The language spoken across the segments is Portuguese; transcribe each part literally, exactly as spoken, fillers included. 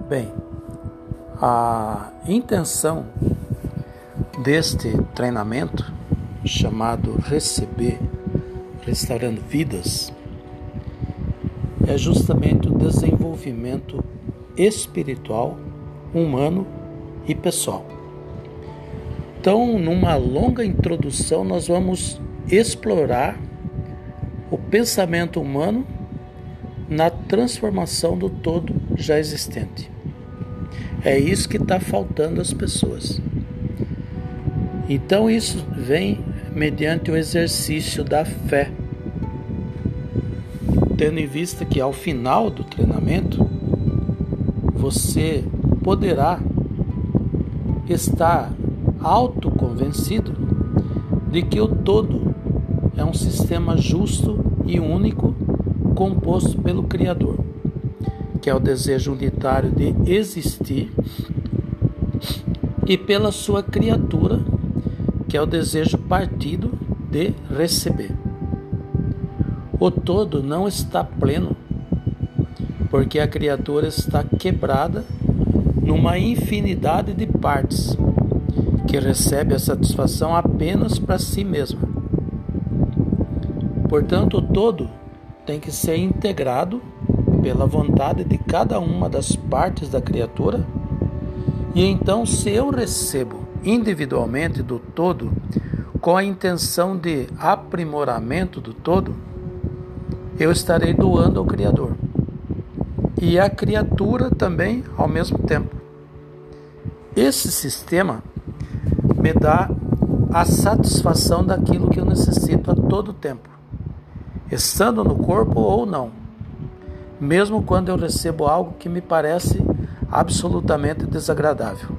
Bem, a intenção deste treinamento, chamado Receber, Restaurando Vidas, é justamente o desenvolvimento espiritual, humano e pessoal. Então, numa longa introdução, nós vamos explorar o pensamento humano na transformação do todo já existente. É isso que está faltando às pessoas. Então isso vem mediante o exercício da fé, tendo em vista que ao final do treinamento você poderá estar autoconvencido de que o todo é um sistema justo e único composto pelo Criador, que é o desejo unitário de existir, e pela sua criatura, que é o desejo partido de receber. O todo não está pleno, porque a criatura está quebrada numa infinidade de partes, que recebe a satisfação apenas para si mesma. Portanto, o todo tem que ser integrado pela vontade de cada uma das partes da criatura, e então, se eu recebo individualmente do todo, com a intenção de aprimoramento do todo, eu estarei doando ao Criador e à criatura também ao mesmo tempo. Esse sistema me dá a satisfação daquilo que eu necessito a todo tempo, estando no corpo ou não, mesmo quando eu recebo algo que me parece absolutamente desagradável.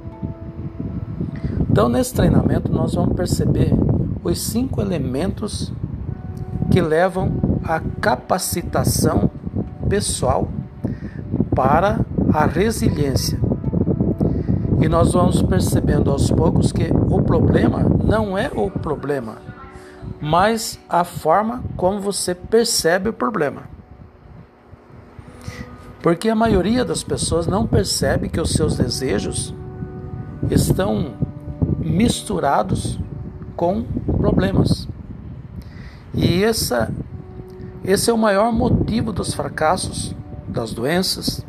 Então, nesse treinamento, nós vamos perceber os cinco elementos que levam à capacitação pessoal para a resiliência. E nós vamos percebendo aos poucos que o problema não é o problema, mas a forma como você percebe o problema. Porque a maioria das pessoas não percebe que os seus desejos estão misturados com problemas. E essa, esse é o maior motivo dos fracassos, das doenças.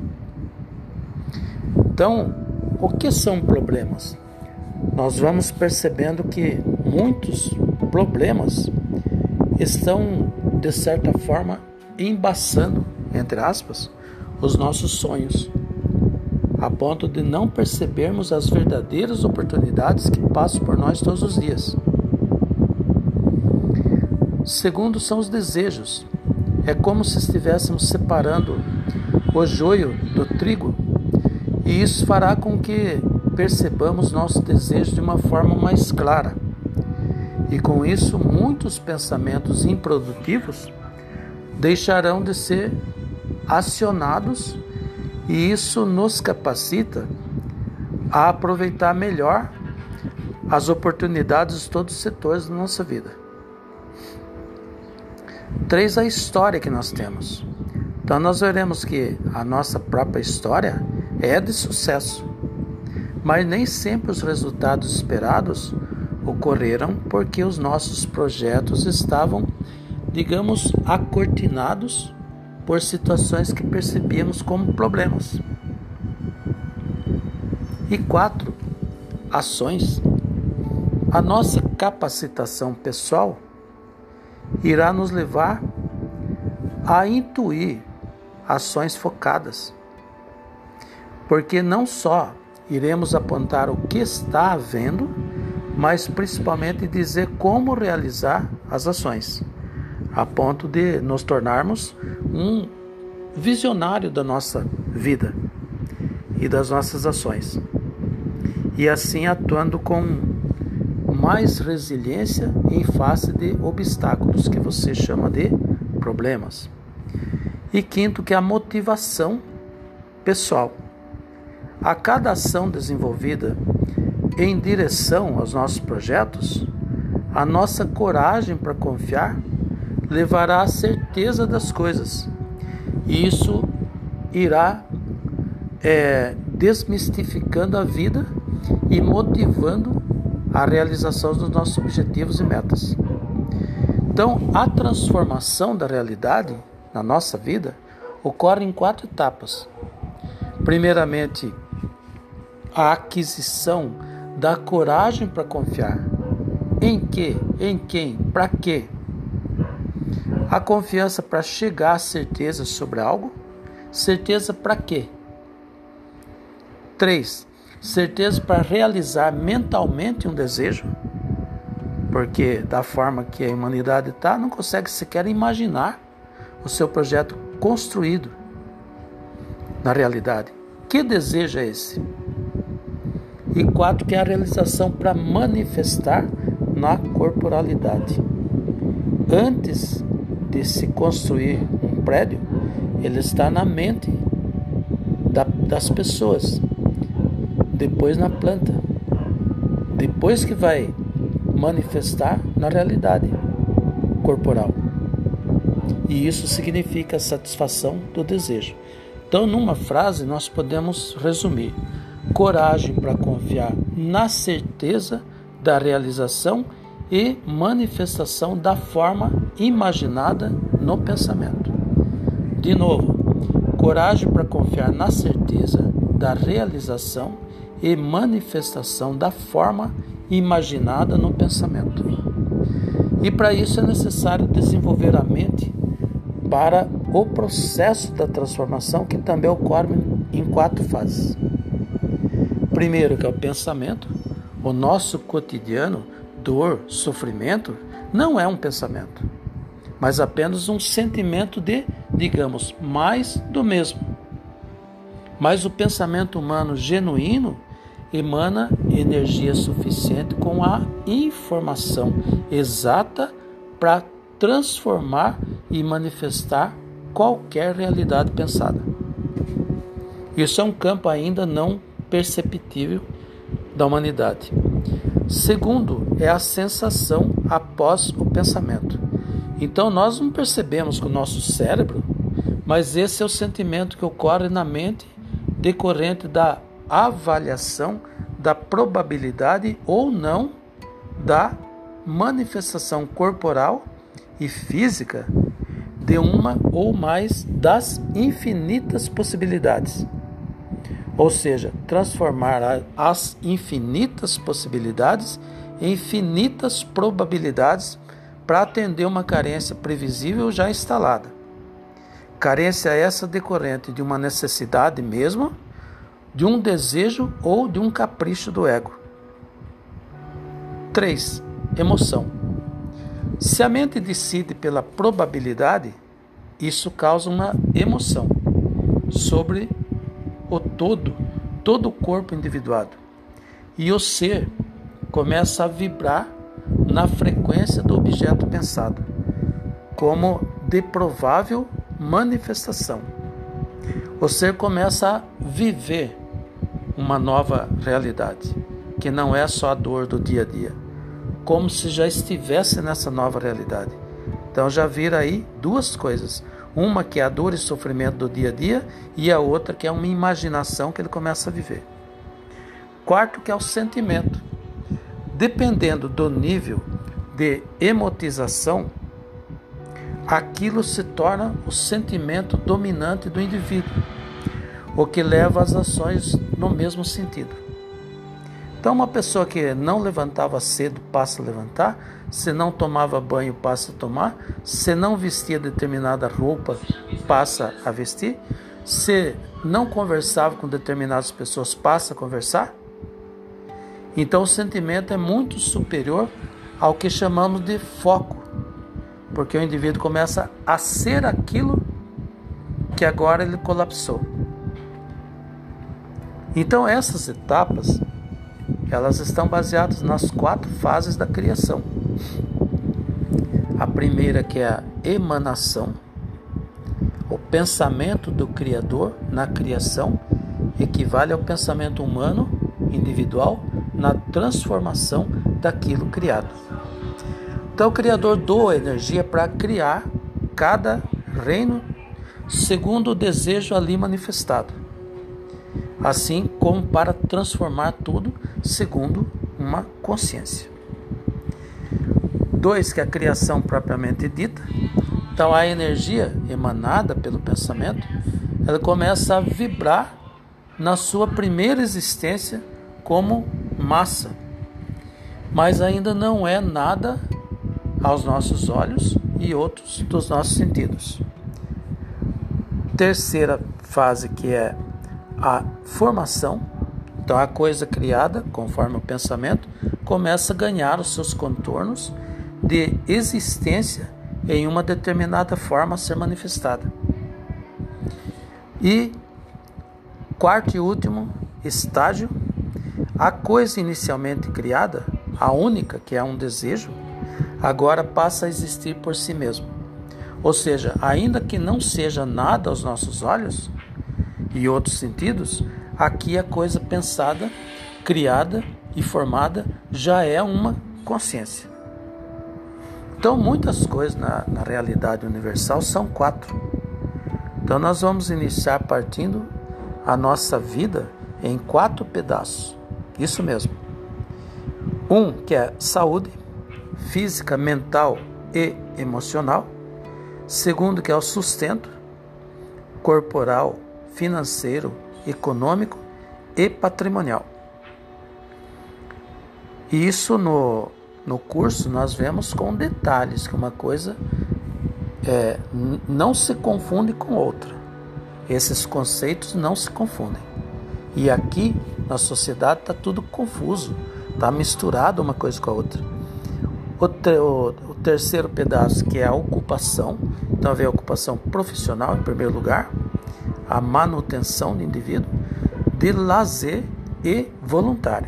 Então, o que são problemas? Nós vamos percebendo que muitos problemas estão, de certa forma, embaçando, entre aspas, os nossos sonhos, a ponto de não percebermos as verdadeiras oportunidades que passam por nós todos os dias. Segundo, são os desejos. É como se estivéssemos separando o joio do trigo, e isso fará com que percebamos nossos desejos de uma forma mais clara. E com isso, muitos pensamentos improdutivos deixarão de ser acionados, e isso nos capacita a aproveitar melhor as oportunidades de todos os setores da nossa vida. Três, a história que nós temos. Então nós veremos que a nossa própria história é de sucesso, mas nem sempre os resultados esperados ocorreram porque os nossos projetos estavam, digamos, acortinados por situações que percebíamos como problemas. E quatro, ações. A nossa capacitação pessoal irá nos levar a intuir ações focadas, porque não só iremos apontar o que está havendo, mas principalmente dizer como realizar as ações, a ponto de nos tornarmos um visionário da nossa vida e das nossas ações, e assim atuando com mais resiliência em face de obstáculos, que você chama de problemas. E quinto, que é a motivação pessoal. A cada ação desenvolvida em direção aos nossos projetos, a nossa coragem para confiar levará à certeza das coisas, e isso irá é, desmistificando a vida e motivando a realização dos nossos objetivos e metas. Então, a transformação da realidade na nossa vida ocorre em quatro etapas. Primeiramente, a aquisição da coragem para confiar. Em que? Em quem? Para quê? A confiança para chegar à certeza sobre algo. Certeza para quê? Três, certeza para realizar mentalmente um desejo. Porque da forma que a humanidade está, não consegue sequer imaginar o seu projeto construído na realidade. Que desejo é esse? E quatro, que é a realização para manifestar na corporalidade. Antes de se construir um prédio, ele está na mente da, das pessoas, depois na planta, depois que vai manifestar na realidade corporal. E isso significa a satisfação do desejo. Então, numa frase, nós podemos resumir: coragem para confiar na certeza da realização e manifestação da forma imaginada no pensamento. De novo, coragem para confiar na certeza da realização e manifestação da forma imaginada no pensamento. E para isso é necessário desenvolver a mente para o processo da transformação, que também ocorre em quatro fases. Primeiro, que é o pensamento. O nosso cotidiano, dor, sofrimento, não é um pensamento, mas apenas um sentimento de, digamos, mais do mesmo. Mas o pensamento humano genuíno emana energia suficiente com a informação exata para transformar e manifestar qualquer realidade pensada. Isso é um campo ainda não perceptível da humanidade. Segundo, é a sensação após o pensamento. Então nós não percebemos com o nosso cérebro, mas esse é o sentimento que ocorre na mente decorrente da avaliação da probabilidade ou não da manifestação corporal e física de uma ou mais das infinitas possibilidades. Ou seja, transformar as infinitas possibilidades em infinitas probabilidades para atender uma carência previsível já instalada. Carência essa decorrente de uma necessidade mesmo, de um desejo ou de um capricho do ego. três. Emoção. Se a mente decide pela probabilidade, isso causa uma emoção sobre o todo, todo o corpo individuado. E o ser começa a vibrar na frequência do objeto pensado, como de provável manifestação. O ser começa a viver uma nova realidade, que não é só a dor do dia a dia, como se já estivesse nessa nova realidade. Então já vira aí duas coisas. Uma que é a dor e sofrimento do dia a dia e a outra que é uma imaginação que ele começa a viver. Quarto, que é o sentimento. Dependendo do nível de emotização, aquilo se torna o sentimento dominante do indivíduo, o que leva às ações no mesmo sentido. Então, uma pessoa que não levantava cedo passa a levantar, se não tomava banho passa a tomar, se não vestia determinada roupa passa a vestir, se não conversava com determinadas pessoas passa a conversar. Então, o sentimento é muito superior ao que chamamos de foco, porque o indivíduo começa a ser aquilo que agora ele colapsou. Então, essas etapas, elas estão baseadas nas quatro fases da criação. A primeira, que é a emanação, o pensamento do Criador na criação equivale ao pensamento humano individual na transformação daquilo criado. Então o Criador doa energia para criar cada reino segundo o desejo ali manifestado. assim como para transformar tudo segundo uma consciência. Dois, que é a criação propriamente dita. Então a energia emanada pelo pensamento, ela começa a vibrar na sua primeira existência como massa, mas ainda não é nada aos nossos olhos e outros dos nossos sentidos. Terceira fase, que é a formação. Então a coisa criada, conforme o pensamento, começa a ganhar os seus contornos de existência em uma determinada forma a ser manifestada. E quarto e último estágio, a coisa inicialmente criada, a única, que é um desejo, agora passa a existir por si mesmo. Ou seja, ainda que não seja nada aos nossos olhos e outros sentidos, aqui a coisa pensada, criada e formada já é uma consciência. Então, muitas coisas na, na realidade universal são quatro. Então, nós vamos iniciar partindo a nossa vida em quatro pedaços. Isso mesmo. Um, que é saúde física, mental e emocional. Segundo, que é o sustento corporal, financeiro, econômico e patrimonial. E isso no, no curso nós vemos com detalhes, que uma coisa é, n- não se confunde com outra. Esses conceitos não se confundem. E aqui na sociedade está tudo confuso, está misturado uma coisa com a outra. O, te, o, o terceiro pedaço, que é a ocupação, então vem a ocupação profissional em primeiro lugar, a manutenção do indivíduo, de lazer e voluntário.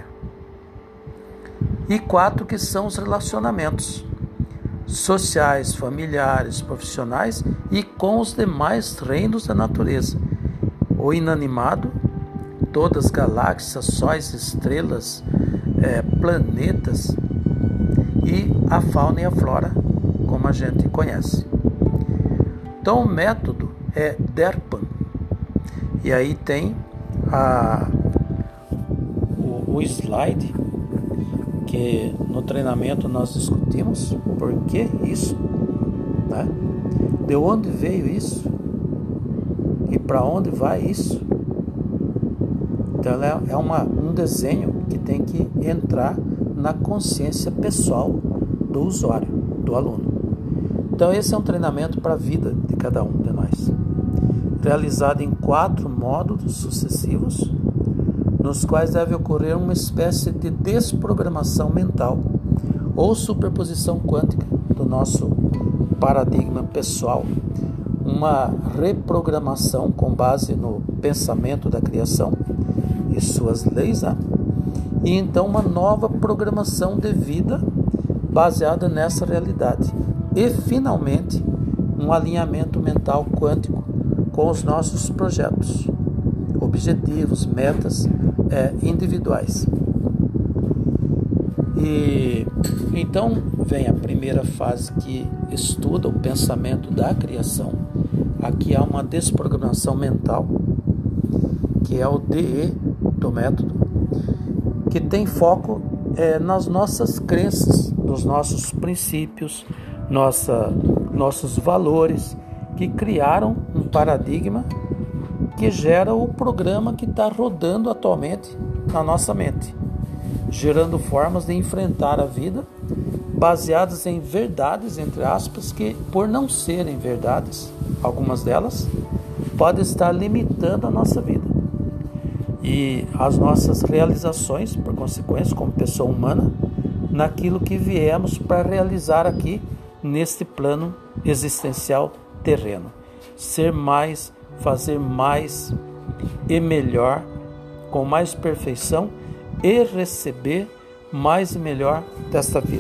E quatro, que são os relacionamentos sociais, familiares, profissionais e com os demais reinos da natureza. O inanimado, todas as galáxias, sóis, estrelas, é, planetas e a fauna e a flora, como a gente conhece. Então o método é DERPAN. E aí tem a, o, o slide que no treinamento nós discutimos por que isso, né? De onde veio isso e para onde vai isso. Então é, é uma, um desenho que tem que entrar na consciência pessoal do usuário, do aluno. Então esse é um treinamento para a vida de cada um de nós, realizado em quatro módulos sucessivos, nos quais deve ocorrer uma espécie de desprogramação mental ou superposição quântica do nosso paradigma pessoal, uma reprogramação com base no pensamento da criação e suas leis, né? E então uma nova programação de vida baseada nessa realidade. E, finalmente, um alinhamento mental quântico com os nossos projetos, objetivos, metas é, individuais. E então vem a primeira fase, que estuda o pensamento da criação. Aqui há uma desprogramação mental, que é o D E do método, que tem foco é, nas nossas crenças, nos nossos princípios, nossa, nossos valores, que criaram um paradigma que gera o programa que está rodando atualmente na nossa mente, gerando formas de enfrentar a vida baseadas em verdades, entre aspas, que, por não serem verdades, algumas delas, podem estar limitando a nossa vida e as nossas realizações, por consequência, como pessoa humana, naquilo que viemos para realizar aqui neste plano existencial terreno. Ser mais, fazer mais e melhor, com mais perfeição, e receber mais e melhor desta vida.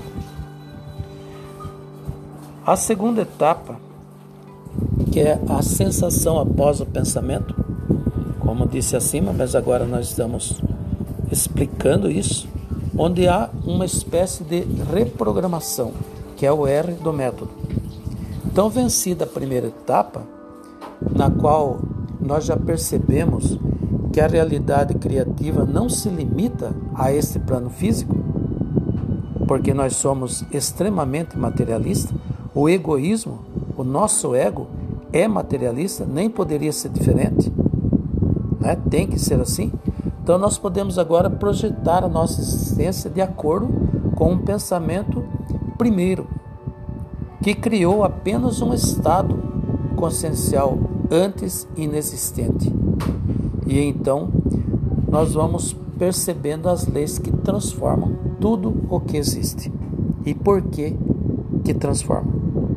A segunda etapa, que é a sensação após o pensamento, como disse acima, mas agora nós estamos explicando isso, onde há uma espécie de reprogramação, que é o R do método. Então, vencida a primeira etapa, na qual nós já percebemos que a realidade criativa não se limita a esse plano físico, porque nós somos extremamente materialistas. O egoísmo, o nosso ego é materialista, nem poderia ser diferente, né? Tem que ser assim. Então nós podemos agora projetar a nossa existência de acordo com um pensamento primeiro, que criou apenas um estado consciencial antes inexistente. E então nós vamos percebendo as leis que transformam tudo o que existe. E por que que transformam?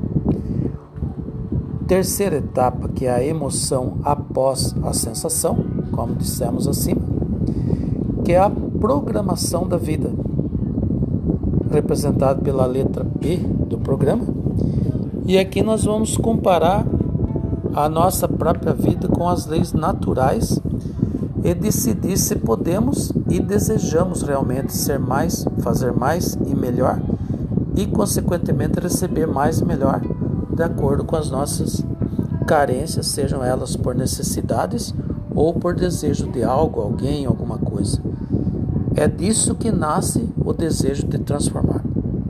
Terceira etapa, que é a emoção após a sensação, como dissemos acima, que é a programação da vida, representado pela letra P do programa. E aqui nós vamos comparar a nossa própria vida com as leis naturais e decidir se podemos e desejamos realmente ser mais, fazer mais e melhor, e consequentemente receber mais e melhor, de acordo com as nossas carências, sejam elas por necessidades ou por desejo de algo, alguém, alguma coisa. É disso que nasce o desejo de transformar.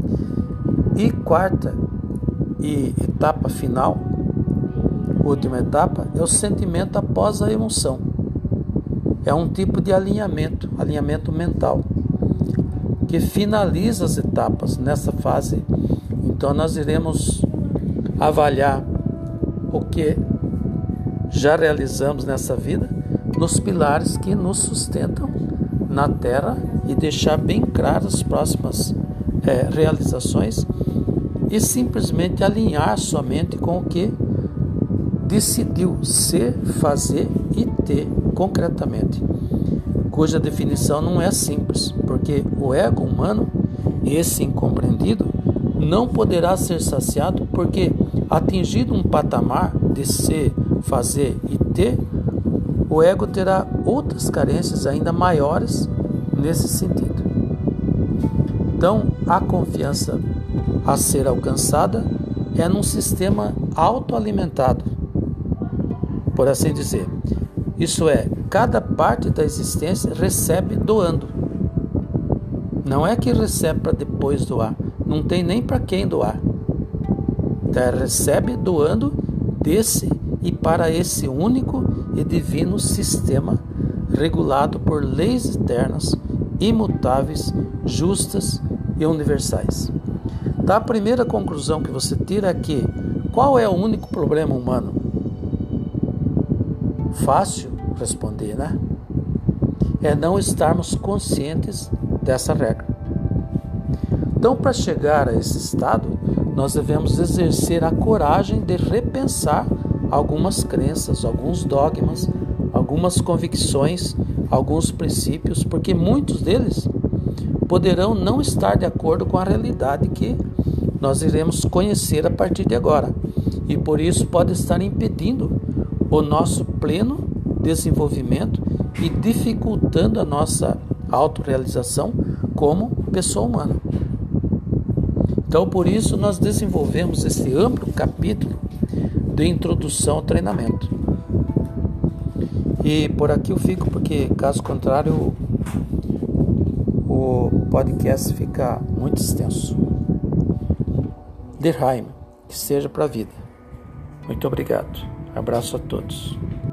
E quarta e etapa final, última etapa, é o sentimento após a emoção. É um tipo de alinhamento, alinhamento mental, que finaliza as etapas nessa fase. Então nós iremos avaliar o que já realizamos nessa vida, nos pilares que nos sustentam na Terra, e deixar bem claras as próximas é, realizações, e simplesmente alinhar somente com o que decidiu ser, fazer e ter concretamente, cuja definição não é simples, porque o ego humano, esse incompreendido, não poderá ser saciado, porque atingido um patamar de ser, fazer e ter, o ego terá outras carências ainda maiores nesse sentido. Então, a confiança a ser alcançada é num sistema autoalimentado, por assim dizer. Isso é, cada parte da existência recebe doando. Não é que recebe para depois doar, não tem nem para quem doar. Então, recebe doando desse e para esse único e divino sistema, regulado por leis eternas, imutáveis, justas e universais. Então, a primeira conclusão que você tira é que qual é o único problema humano? Fácil responder, né? É não estarmos conscientes dessa regra. Então, para chegar a esse estado, nós devemos exercer a coragem de repensar algumas crenças, alguns dogmas, algumas convicções, alguns princípios, porque muitos deles poderão não estar de acordo com a realidade que nós iremos conhecer a partir de agora, e por isso pode estar impedindo o nosso pleno desenvolvimento e dificultando a nossa autorrealização como pessoa humana. Então, por isso, nós desenvolvemos esse amplo capítulo de introdução ao treinamento. E por aqui eu fico, porque caso contrário o podcast fica muito extenso. Der Heim, que seja para a vida. Muito obrigado. Abraço a todos.